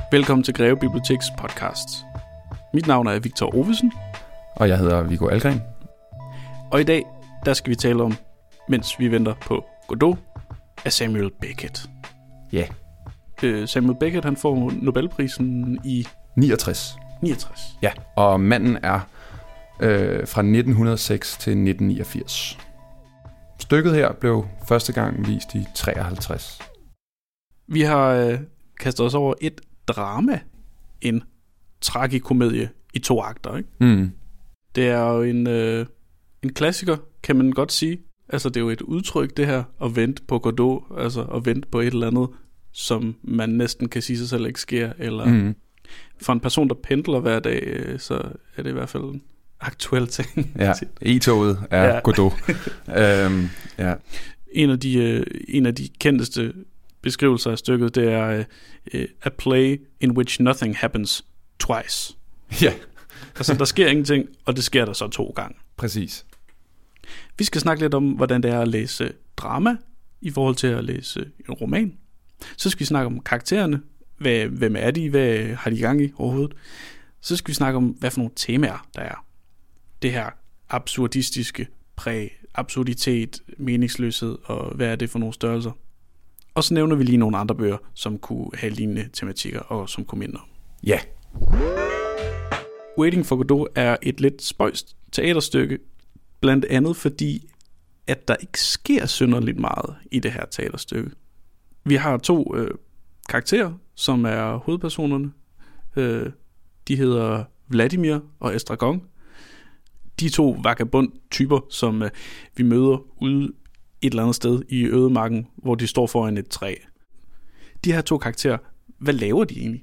Velkommen til Greve Biblioteks podcast. Mit navn er Victor Ovesen. Og jeg hedder Viggo Ahlgren. Og i dag, der skal vi tale om, mens vi venter på Godot, af Samuel Beckett. Ja. Samuel Beckett, han får Nobelprisen i 69. Ja, og manden er fra 1906 til 1989. Stykket her blev første gang vist i 53. Vi har kastet os over et drama, en tragikomedie i 2 akter, ikke? Mm. Det er jo en klassiker, kan man godt sige. Altså, det er jo et udtryk, det her, at vente på Godot, altså at vente på et eller andet, som man næsten kan sige sig selv ikke sker, eller for en person, der pendler hver dag, så er det i hvert fald en aktuel ting. Ja, e-toget er Godot. Ja. En af de kendteste beskrivelser af stykket, det er a play in which nothing happens twice. Ja. Altså, der sker ingenting, og det sker der så 2 gange. Præcis. Vi skal snakke lidt om, hvordan det er at læse drama i forhold til at læse en roman. Så skal vi snakke om karaktererne. Hvem er de? Hvad har de i gang i overhovedet? Så skal vi snakke om, hvad for nogle temaer der er. Det her absurdistiske præg, absurditet, meningsløshed, og hvad er det for nogle størrelser? Og så nævner vi lige nogle andre bøger, som kunne have lignende tematikker, og som kunne minde om. Ja. Waiting for Godot er et lidt spøjst teaterstykke, blandt andet fordi, at der ikke sker synderligt meget i det her teaterstykke. Vi har 2 karakterer, som er hovedpersonerne. De hedder Vladimir og Estragon. De 2 vagabond-typer, som vi møder ude et eller andet sted i ødemarken, hvor de står foran et træ. De her 2 karakterer, hvad laver de egentlig?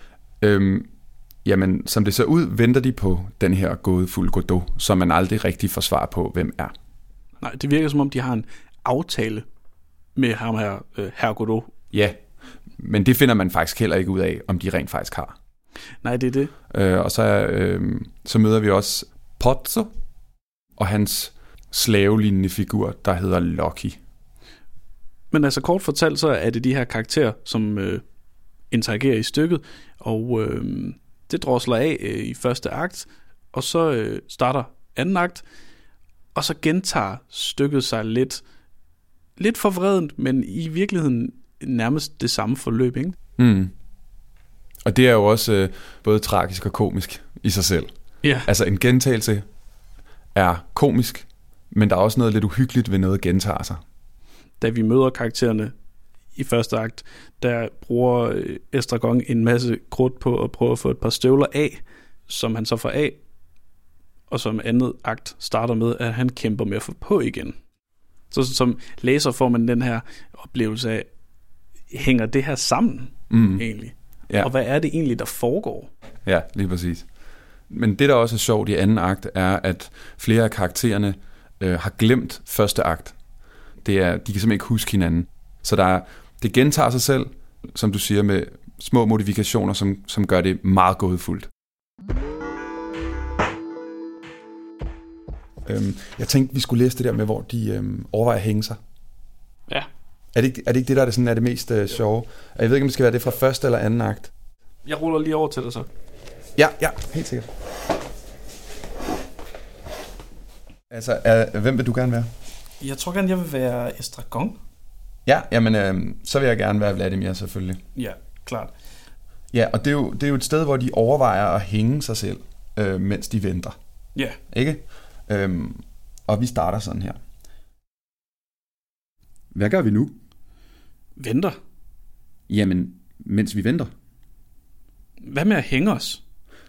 Jamen, som det ser ud, venter de på den her gådefulde Godot, som man aldrig rigtig får svar på, hvem er. Nej, det virker som om, de har en aftale med ham her, herr Godot. Ja, men det finder man faktisk heller ikke ud af, om de rent faktisk har. Nej, det er det. Og så møder vi også Pozzo og hans slavelignende figur, der hedder Lucky. Men altså kort fortalt, så er det de her karakterer, som interagerer i stykket, og det drosler af i første akt, og så starter anden akt, og så gentager stykket sig lidt forvredent, men i virkeligheden nærmest det samme forløb, ikke? Mm. Og det er jo også både tragisk og komisk i sig selv. Ja. Altså en gentagelse er komisk, men der er også noget lidt uhyggeligt ved noget gentager sig. Da vi møder karaktererne i første akt, der bruger Estragon en masse krudt på at prøve at få et par støvler af, som han så får af, og som andet akt starter med, at han kæmper med at få på igen. Så som læser får man den her oplevelse af, hænger det her sammen egentlig? Ja. Og hvad er det egentlig, der foregår? Ja, lige præcis. Men det, der også er sjovt i anden akt, er, at flere af karaktererne har glemt første akt. De kan simpelthen ikke huske hinanden. Så det gentager sig selv, som du siger, med små modifikationer, som gør det meget gådefuldt. Jeg tænkte, vi skulle læse det der med, hvor de overvejer at hænge sig. Ja. Er det ikke det, der er det mest sjove? Jeg ved ikke, om det skal være det fra første eller anden akt. Jeg ruller lige over til dig så. Ja, helt sikkert. Altså, hvem vil du gerne være? Jeg tror gerne, jeg vil være Estragon. Ja, jamen, så vil jeg gerne være Vladimir, selvfølgelig. Ja, klart. Ja, og det er jo et sted, hvor de overvejer at hænge sig selv, mens de venter. Ja. Ikke? Og vi starter sådan her. Hvad gør vi nu? Venter? Jamen, mens vi venter. Hvad med at hænge os?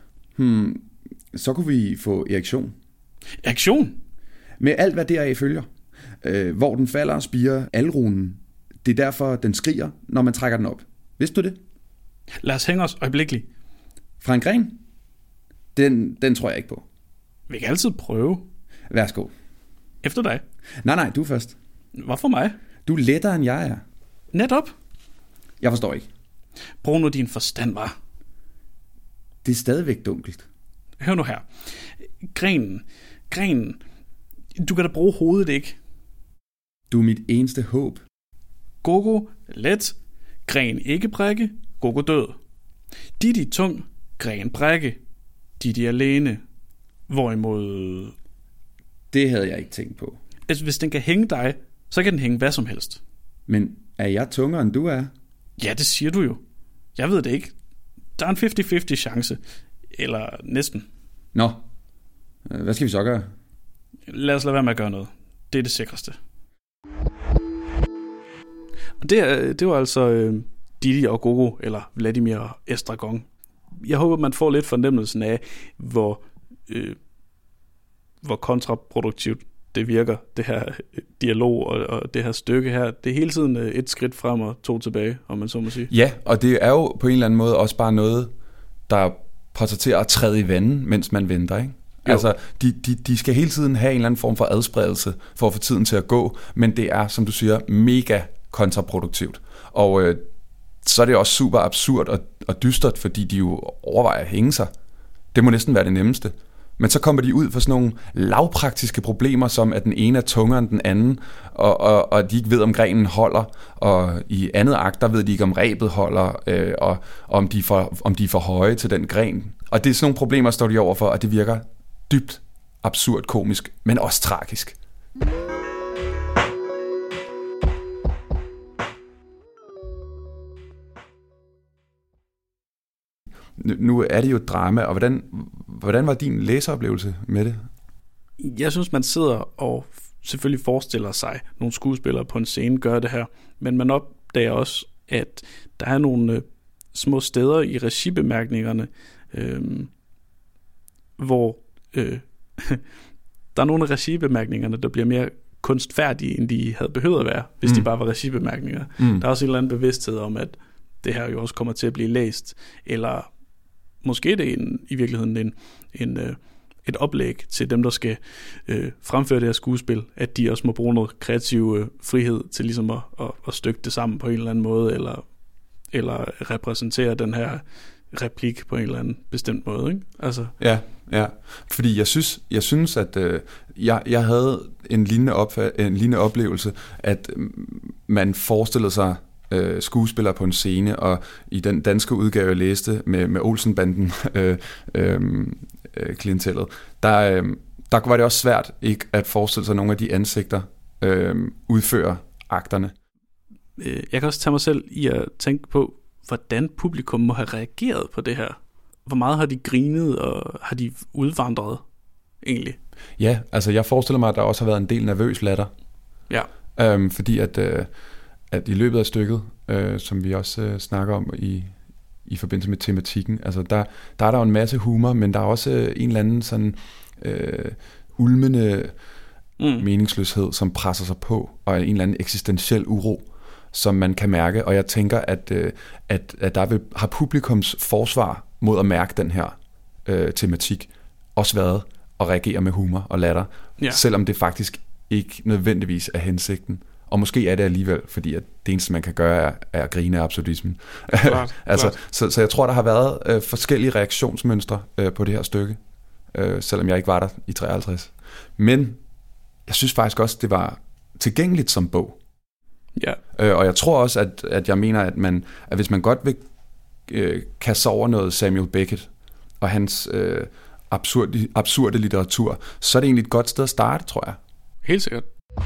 Så kunne vi få erektion. Erektion? Med alt, hvad deraf følger. Hvor den falder og spirer alrunen. Det er derfor, den skriger, når man trækker den op. Vidste du det? Lad os hænge os øjeblikkeligt. Fra en gren? Den tror jeg ikke på. Vi kan altid prøve. Værsgo. Efter dig. Nej, du først. Hvorfor mig? Du er lettere, end jeg er. Netop. Jeg forstår ikke. Brug nu din forstand, var. Det er stadigvæk dunkelt. Hør nu her. Grenen. Du kan da bruge hovedet, ikke? Du er mit eneste håb. Gogo, let. Gren ikke prikke. Gogo død. Didi tung, gren brække, Didi alene. Hvorimod... Det havde jeg ikke tænkt på. Altså, hvis den kan hænge dig, så kan den hænge hvad som helst. Men er jeg tungere, end du er? Ja, det siger du jo. Jeg ved det ikke. Der er en 50-50 chance. Eller næsten. Nå, hvad skal vi så gøre? Lad os lade være med at gøre noget. Det er det sikreste. Og det var altså Didi og Gogo, eller Vladimir og Estragon. Jeg håber, man får lidt fornemmelsen af, hvor kontraproduktivt det virker, det her dialog og det her stykke her. Det er hele tiden et skridt frem og to tilbage, om man så må sige. Ja, og det er jo på en eller anden måde også bare noget, der portrætterer at træde i vandet, mens man venter, ikke? Jo. Altså, de skal hele tiden have en eller anden form for adspredelse for at få tiden til at gå, men det er, som du siger, mega kontraproduktivt. Og så er det også super absurd og dystert, fordi de jo overvejer at hænge sig. Det må næsten være det nemmeste. Men så kommer de ud for sådan nogle lavpraktiske problemer, som at den ene er tungere end den anden, og de ikke ved, om grenen holder, og i andet akt, der ved de ikke, om rebet holder, og om de er for høje til den gren. Og det er sådan nogle problemer, står de overfor, og det virker dybt absurd komisk, men også tragisk. Nu er det jo et drama, og hvordan var din læseoplevelse med det? Jeg synes, man sidder og selvfølgelig forestiller sig nogle skuespillere på en scene gøre det her, men man opdager også, at der er nogle små steder i regibemærkningerne, hvor der er nogle af regibemærkningerne, der bliver mere kunstfærdige, end de havde behøvet at være, hvis de bare var regibemærkninger. Der er også en eller anden bevidsthed om, at det her jo også kommer til at blive læst, eller måske det er i virkeligheden et oplæg til dem, der skal fremføre det her skuespil, at de også må bruge noget kreativ frihed til ligesom at stykke det sammen på en eller anden måde, eller repræsentere den her replik på en eller anden bestemt måde, ikke? Altså. Ja. Fordi jeg synes, at jeg havde en lignende oplevelse, at man forestillede sig skuespillere på en scene, og i den danske udgave, jeg læste med Olsenbanden klientellet, der var det også svært ikke at forestille sig nogle af de ansigter udføre akterne. Jeg kan også tage mig selv i at tænke på, hvordan publikum må have reageret på det her. Hvor meget har de grinet, og har de udvandret egentlig? Ja, altså jeg forestiller mig, at der også har været en del nervøs latter. Ja. Fordi at i løbet af stykket, som vi også snakker om i forbindelse med tematikken, altså der er der jo en masse humor, men der er også en eller anden sådan ulmende meningsløshed, som presser sig på, og en eller anden eksistentiel uro, som man kan mærke. Og jeg tænker, at der har publikums forsvar mod at mærke den her tematik også været at reagere med humor og latter, selvom det faktisk ikke nødvendigvis er hensigten. Og måske er det alligevel, fordi at det eneste, man kan gøre, er at grine af absurdismen. Klart. Så jeg tror, der har været forskellige reaktionsmønstre på det her stykke, selvom jeg ikke var der i 53. Men jeg synes faktisk også, det var tilgængeligt som bog. Ja. Og jeg tror også, at jeg mener, at hvis man godt vil kaste sig over noget Samuel Beckett og hans absurde litteratur, så er det egentlig et godt sted at starte, tror jeg. Helt sikkert.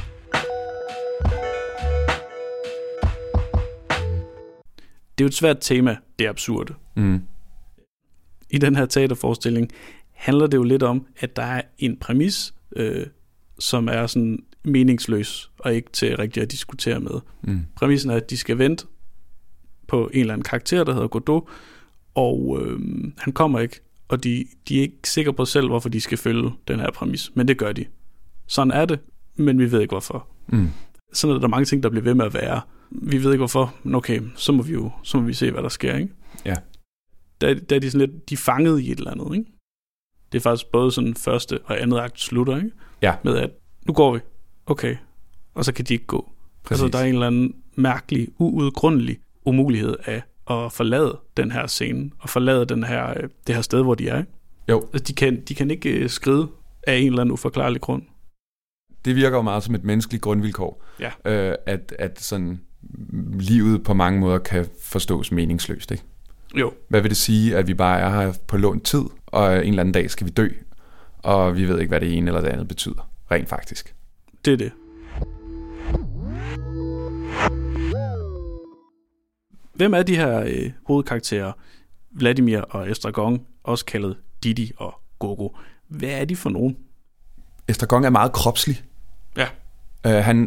Det er jo et svært tema, det absurde. I den her teaterforestilling handler det jo lidt om, at der er en præmis, som er sådan meningsløs og ikke til rigtig at diskutere med. Præmissen er, at de skal vente på en eller anden karakter, der hedder Godot, og han kommer ikke, og de er ikke sikre på selv, hvorfor de skal følge den her præmis, men det gør de. Sådan er det, men vi ved ikke hvorfor. Sådan er der mange ting, der bliver ved med at være. Vi ved ikke hvorfor, men okay, så må vi se, hvad der sker, ikke? Ja. Der er de sådan lidt, de er fanget i et eller andet, ikke? Det er faktisk både sådan første og andet akt slutter, ikke? Ja. Med at, nu går vi. Okay. Og så kan de ikke gå. Præcis. Altså, der er en eller anden mærkelig, uudgrundelig umulighed af at forlade den her scene, og forlade det her sted, hvor de er, ikke? Jo. Altså, de kan ikke skride af en eller anden uforklarlig grund. Det virker jo meget som et menneskeligt grundvilkår, ja. At sådan livet på mange måder kan forstås meningsløst, ikke? Jo. Hvad vil det sige, at vi bare er her på lånt tid, og en eller anden dag skal vi dø, og vi ved ikke, hvad det ene eller det andet betyder, rent faktisk. Det er det. Hvem er de her hovedkarakterer, Vladimir og Estragon, også kaldet Didi og Gogo? Hvad er de for nogen? Estragon er meget kropslig. Ja. Han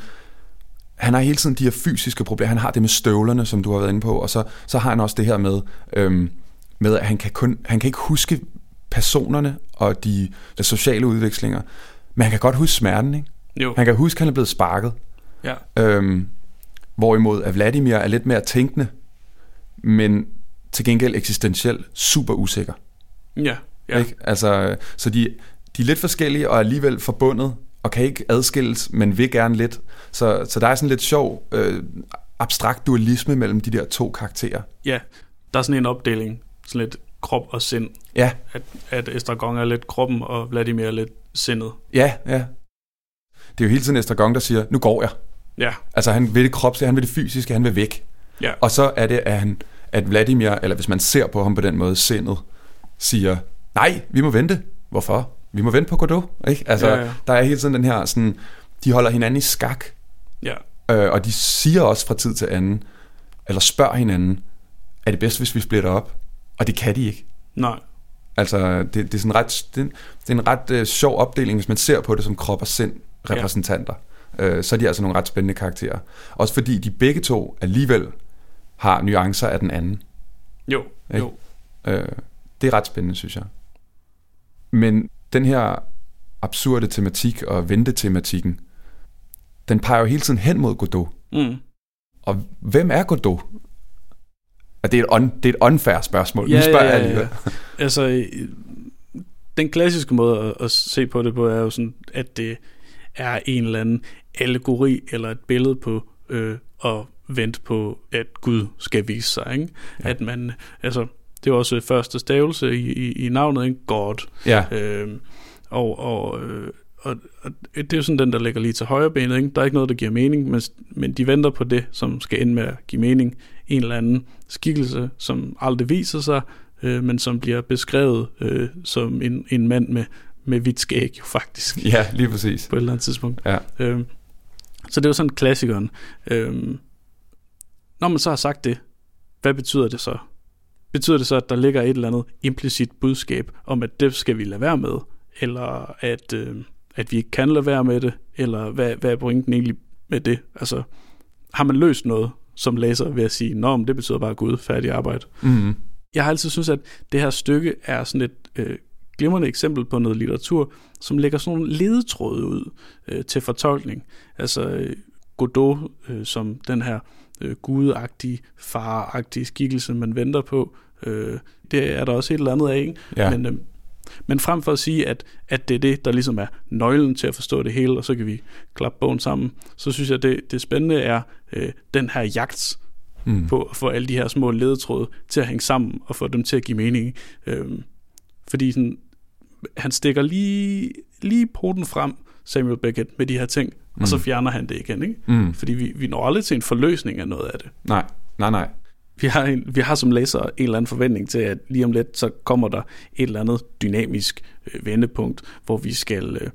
har hele tiden de her fysiske problemer. Han har det med støvlerne, som du har været inde på, og så har han også det her med at han kan ikke huske personerne og de sociale udvekslinger, men han kan godt huske smerten, ikke? Jo. Han kan huske, at han er blevet sparket. Ja. Hvorimod at Vladimir er lidt mere tænkende, men til gengæld eksistentielt super usikker. Ja. Ikke? Altså, så de er lidt forskellige og alligevel forbundet, og kan ikke adskilles, men vil gerne lidt. Så der er sådan lidt sjov, abstrakt dualisme mellem de der to karakterer. Ja, der er sådan en opdeling, sådan lidt krop og sind. Ja. At Estragon er lidt kroppen, og Vladimir er lidt sindet. Ja. Det er jo hele tiden Estragon, der siger, nu går jeg. Ja. Altså han vil det kropslige, han vil det fysiske, han vil væk. Ja. Og så er det, at Vladimir, eller hvis man ser på ham på den måde, sindet, siger, nej, vi må vente. Hvorfor? Vi må vente på Godot, ikke? Altså, ja. Der er hele tiden den her, sådan, de holder hinanden i skak. Ja. Og de siger også fra tid til anden, eller spørger hinanden, er det bedst, hvis vi splitter op? Og det kan de ikke. Nej. Altså, det er sådan det er en ret sjov opdeling, hvis man ser på det som krop og sind repræsentanter. Ja. Så er de altså nogle ret spændende karakterer. Også fordi de begge to alligevel har nuancer af den anden. Jo. Det er ret spændende, synes jeg. Men den her absurde tematik og ventetematikken, den peger jo hele tiden hen mod Godot. Mm. Og hvem er Godot? Og det er et unfair spørgsmål. Nu spørger jeg alligevel. Altså, den klassiske måde at se på det på, er jo sådan, at det er en eller anden allegori eller et billede på at vente på, at Gud skal vise sig, ikke? Ja. At man, altså, det er også første stavelse i navnet, ikke? God. Ja. Og det er jo sådan den, der ligger lige til højre benet, ikke? Der er ikke noget, der giver mening, men de venter på det, som skal ende med at give mening. En eller anden skikkelse, som aldrig viser sig, men som bliver beskrevet som en mand med hvidt skæg, jo faktisk. Ja, lige præcis. På et eller andet tidspunkt. Ja. Så det er jo sådan klassikeren. Når man så har sagt det, hvad betyder det så? Betyder det så, at der ligger et eller andet implicit budskab om, at det skal vi lade være med? Eller at vi ikke kan lade være med det? Eller hvad er pointen egentlig med det? Altså, har man løst noget som læser ved at sige, nå, men det betyder bare Gud, færdig arbejde? Mm-hmm. Jeg har altid synes, at det her stykke er sådan et glimrende eksempel på noget litteratur, som lægger sådan nogle ledetråde ud til fortolkning. Altså Godot som den her gudagtige, faragtige skikkelse, man venter på. Det er der også et eller andet af, ikke? Ja. Men frem for at sige, at det er det, der ligesom er nøglen til at forstå det hele, og så kan vi klappe bogen sammen, så synes jeg, det spændende er den her jagt på at få alle de her små ledetråde til at hænge sammen, og få dem til at give mening. Fordi sådan, han stikker lige poten frem, Samuel Beckett, med de her ting, og så fjerner han det igen, ikke? Fordi vi når aldrig til en forløsning af noget af det. Nej. Vi har som læser en eller anden forventning til, at lige om lidt, så kommer der et eller andet dynamisk vendepunkt, hvor vi skal,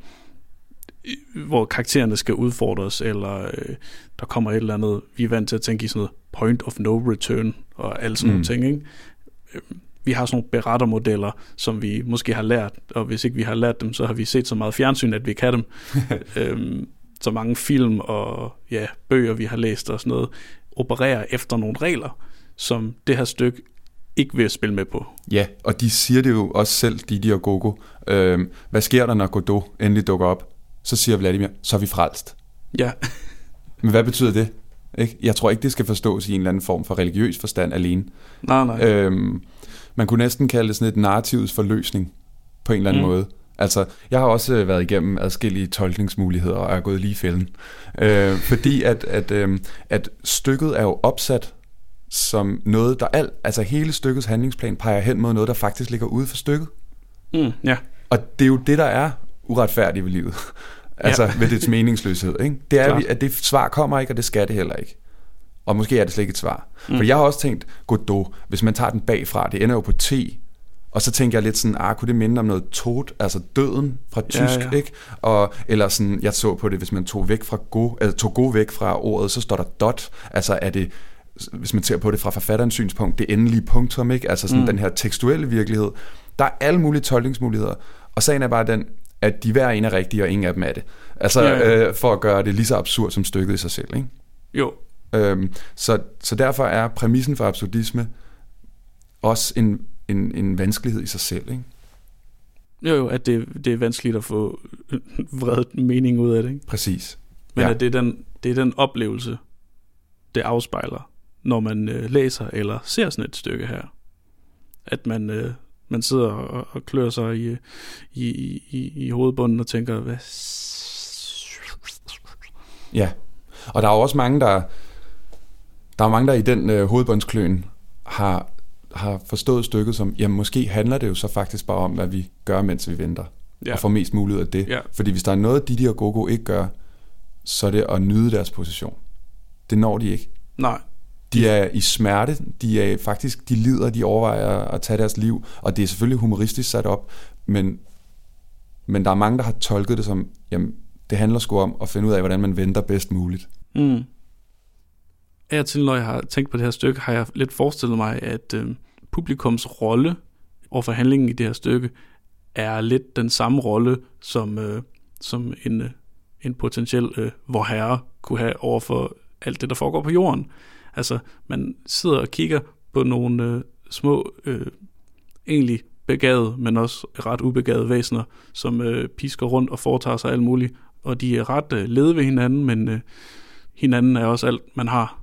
hvor karaktererne skal udfordres, eller der kommer et eller andet, vi er vant til at tænke i sådan noget point of no return, og alle sådan nogle ting, ikke? Vi har sådan nogle berettermodeller, som vi måske har lært, og hvis ikke vi har lært dem, så har vi set så meget fjernsyn, at vi ikke har dem. Så mange film og bøger, vi har læst og sådan noget, opererer efter nogle regler, som det her stykke ikke vil spille med på. Ja, og de siger det jo også selv, Didi og Gogo. Hvad sker der, når Godot endelig dukker op? Så siger Vladimir, så er vi frelst. Ja. Men hvad betyder det? Ikke? Jeg tror ikke, det skal forstås i en eller anden form for religiøs forstand alene. Nej. Man kunne næsten kalde det sådan et narrativets forløsning på en eller anden måde. Altså, jeg har også været igennem adskillige tolkningsmuligheder og er gået lige i fælden. Fordi at stykket er jo opsat som noget, der altså hele stykkets handlingsplan peger hen mod noget, der faktisk ligger ude for stykket. Ja. Og det er jo det, der er uretfærdigt ved livet. Altså ved dets meningsløshed, ikke? Det er, at det svar kommer ikke, og det skal det heller ikke. og måske er det slet ikke et svar. For jeg har også tænkt, Godot, hvis man tager den bagfra, det ender jo på T, og så tænker jeg lidt sådan, kunne det minde om noget Tod, altså døden fra tysk, ikke? Og, eller sådan, jeg så på det, hvis man tog go væk fra ordet, så står der dot, altså er det, hvis man ser på det fra forfatterens synspunkt, det endelige punktum, ikke? Altså sådan den her tekstuelle virkelighed. Der er alle mulige tolkningsmuligheder, og sagen er bare den, at de hver en er rigtige, og ingen af dem er det. Altså for at gøre det lige så absurd som stykket i sig selv, ikke? Jo. Så derfor er præmissen for absurdisme også en vanskelighed i sig selv, ikke? Jo, at det er vanskeligt at få vredet mening ud af det, ikke? Præcis. Men at det er den oplevelse, det afspejler, når man læser eller ser sådan et stykke her. At man sidder og klør sig i hovedbunden og tænker, hvad? Ja, og der er jo også mange, der i den hovedbundskløen har forstået stykket som, jamen måske handler det jo så faktisk bare om, hvad vi gør, mens vi venter. Og får mest muligt af det. Ja. Fordi hvis der er noget, Didi og Gogo ikke gør, så er det at nyde deres position. Det når de ikke. Nej. De er i smerte, de lider, de overvejer at tage deres liv, og det er selvfølgelig humoristisk sat op, men der er mange, der har tolket det som, jamen, det handler sgu om at finde ud af, hvordan man venter bedst muligt. Af og til, når jeg har tænkt på det her stykke, har jeg lidt forestillet mig, at publikums rolle overfor handlingen i det her stykke er lidt den samme rolle, som en potentiel vorherre kunne have overfor alt det, der foregår på jorden. Altså, man sidder og kigger på nogle små, egentlig begavede, men også ret ubegavede væsener, som pisker rundt og foretager sig alt muligt, og de er ret lede ved hinanden, men hinanden er også alt, man har.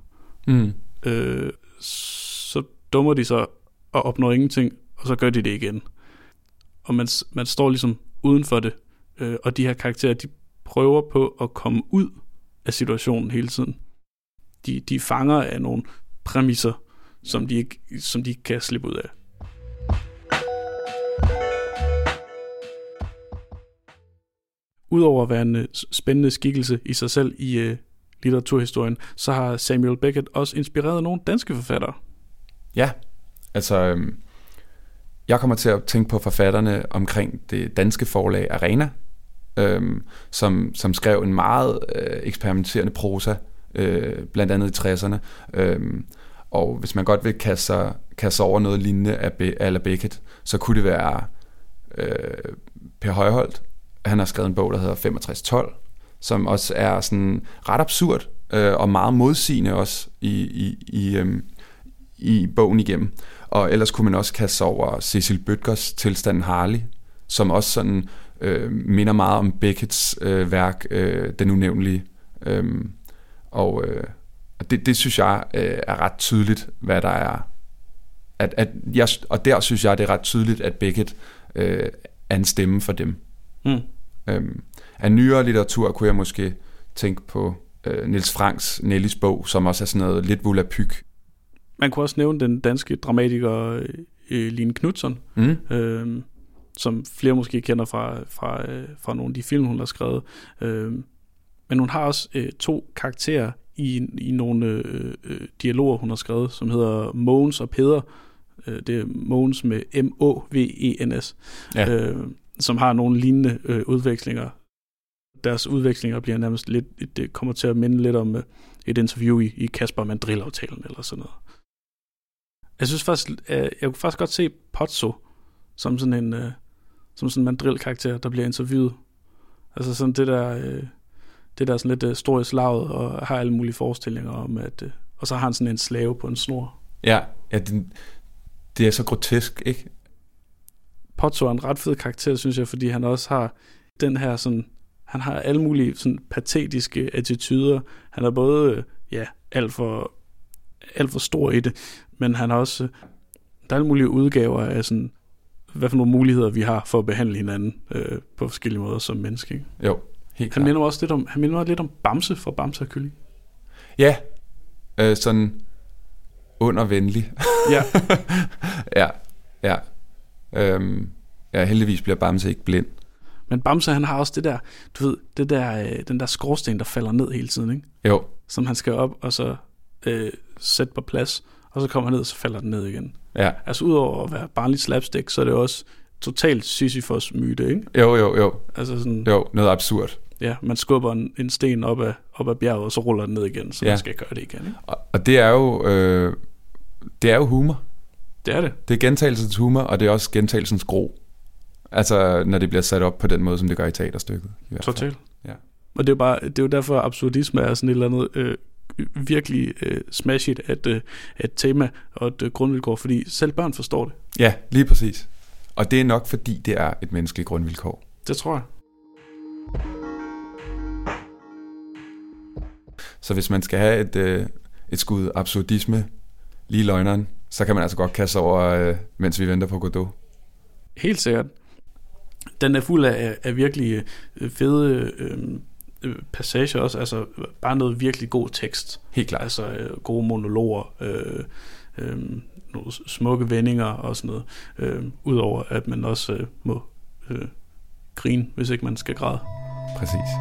Så dummer de sig og opnår ingenting, og så gør de det igen. Og man står ligesom uden for det, og de her karakterer, de prøver på at komme ud af situationen hele tiden. De fanger af nogle præmisser, som de ikke kan slippe ud af. Udover at være en spændende skikkelse i sig selv i litteraturhistorien, så har Samuel Beckett også inspireret nogle danske forfattere. Ja, altså jeg kommer til at tænke på forfatterne omkring det danske forlag Arena, som skrev en meget eksperimenterende prosa, blandt andet i 60'erne. Og hvis man godt vil kaste sig over noget lignende af la Beckett, så kunne det være Per Højholt. Han har skrevet en bog, der hedder 6512, som også er sådan ret absurd og meget modsigende også i bogen igennem. Og ellers kunne man også kaste sig over Cecil Bødkers Tilstanden Harley, som også sådan minder meget om Becketts værk, Den Unævnlige. Og det synes jeg er ret tydeligt, hvad der er. Og der synes jeg, det er ret tydeligt, at Beckett er en stemme for dem. Af nyere litteratur kunne jeg måske tænke på Niels Franks Nellys bog, som også er sådan noget lidt volapyk. Man kunne også nævne den danske dramatiker Line Knutzon, som flere måske kender fra nogle af de film, hun har skrevet. Men hun har også to karakterer i nogle dialoger, hun har skrevet, som hedder Mogens og Peder. Det er Mogens med M-O-V-E-N-S, som har nogle lignende udvekslinger. Deres udvekslinger bliver nærmest lidt, det kommer til at minde lidt om et interview i Kasper Mandrill-aftalen eller sådan noget. Jeg synes faktisk, jeg kunne faktisk godt se Pozzo som sådan en Mandrill-karakter, der bliver interviewet. Altså sådan det der sådan lidt stor i slaget og har alle mulige forestillinger om, at og så har han sådan en slave på en snor. Ja, det er så grotesk, ikke? Pozzo er en ret fed karakter, synes jeg, fordi han også har den her sådan, han har alle mulige sådan patetiske attityder. Han er både alt for stor i det, men han har også der er alle mulige udgaver af sådan, hvad for nogle muligheder vi har for at behandle hinanden på forskellige måder som menneske, ikke? Jo, helt klart. Han minder også lidt om Bamse fra Bamse og Kylling. Ja, sådan undervenlig. Ja. Heldigvis bliver Bamse ikke blind. Men Bamse, han har også det der, du ved, den der skorsten, der falder ned hele tiden, ikke? Jo. Som han skal op, og så sæt på plads, og så kommer han ned, og så falder den ned igen. Ja. Altså udover at være barnlig slapstick, så er det også totalt Sisyfos myte, ikke? Jo. Altså sådan, Jo, noget absurd. ja, man skubber en sten op ad bjerget, og så ruller den ned igen, så man skal gøre det igen, ikke? Og det er jo humor. Det er det. Det er gentagelsens humor, og det er også gentagelsens gro. Altså, når det bliver sat op på den måde, som det gør i teaterstykket. Totalt. Ja. Og det er jo derfor, absurdisme er sådan et eller andet virkelig smashigt et tema og et grundvilkår, fordi selv børn forstår det. Ja, lige præcis. Og det er nok, fordi det er et menneskeligt grundvilkår. Det tror jeg. Så hvis man skal have et skud absurdisme lige i løgneren, så kan man altså godt kaste over, mens vi venter på Godot. Helt sikkert. Den er fuld af virkelig fede passager også, altså bare noget virkelig god tekst. Helt klart. Altså gode monologer, nogle smukke vendinger og sådan noget. Udover at man også må grine, hvis ikke man skal græde. Præcis.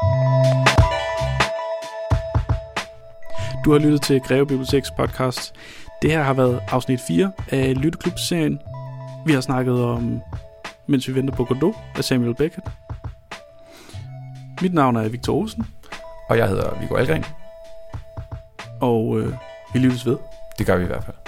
Du har lyttet til Greve Biblioteks podcast. Det her har været afsnit 4 af Lytteklub-serien. Vi har snakket om Mens vi venter på Godot af Samuel Beckett. Mit navn er Victor Olsen. Og jeg hedder Viggo Ahlgren. Og vi lyttes ved. Det gør vi i hvert fald.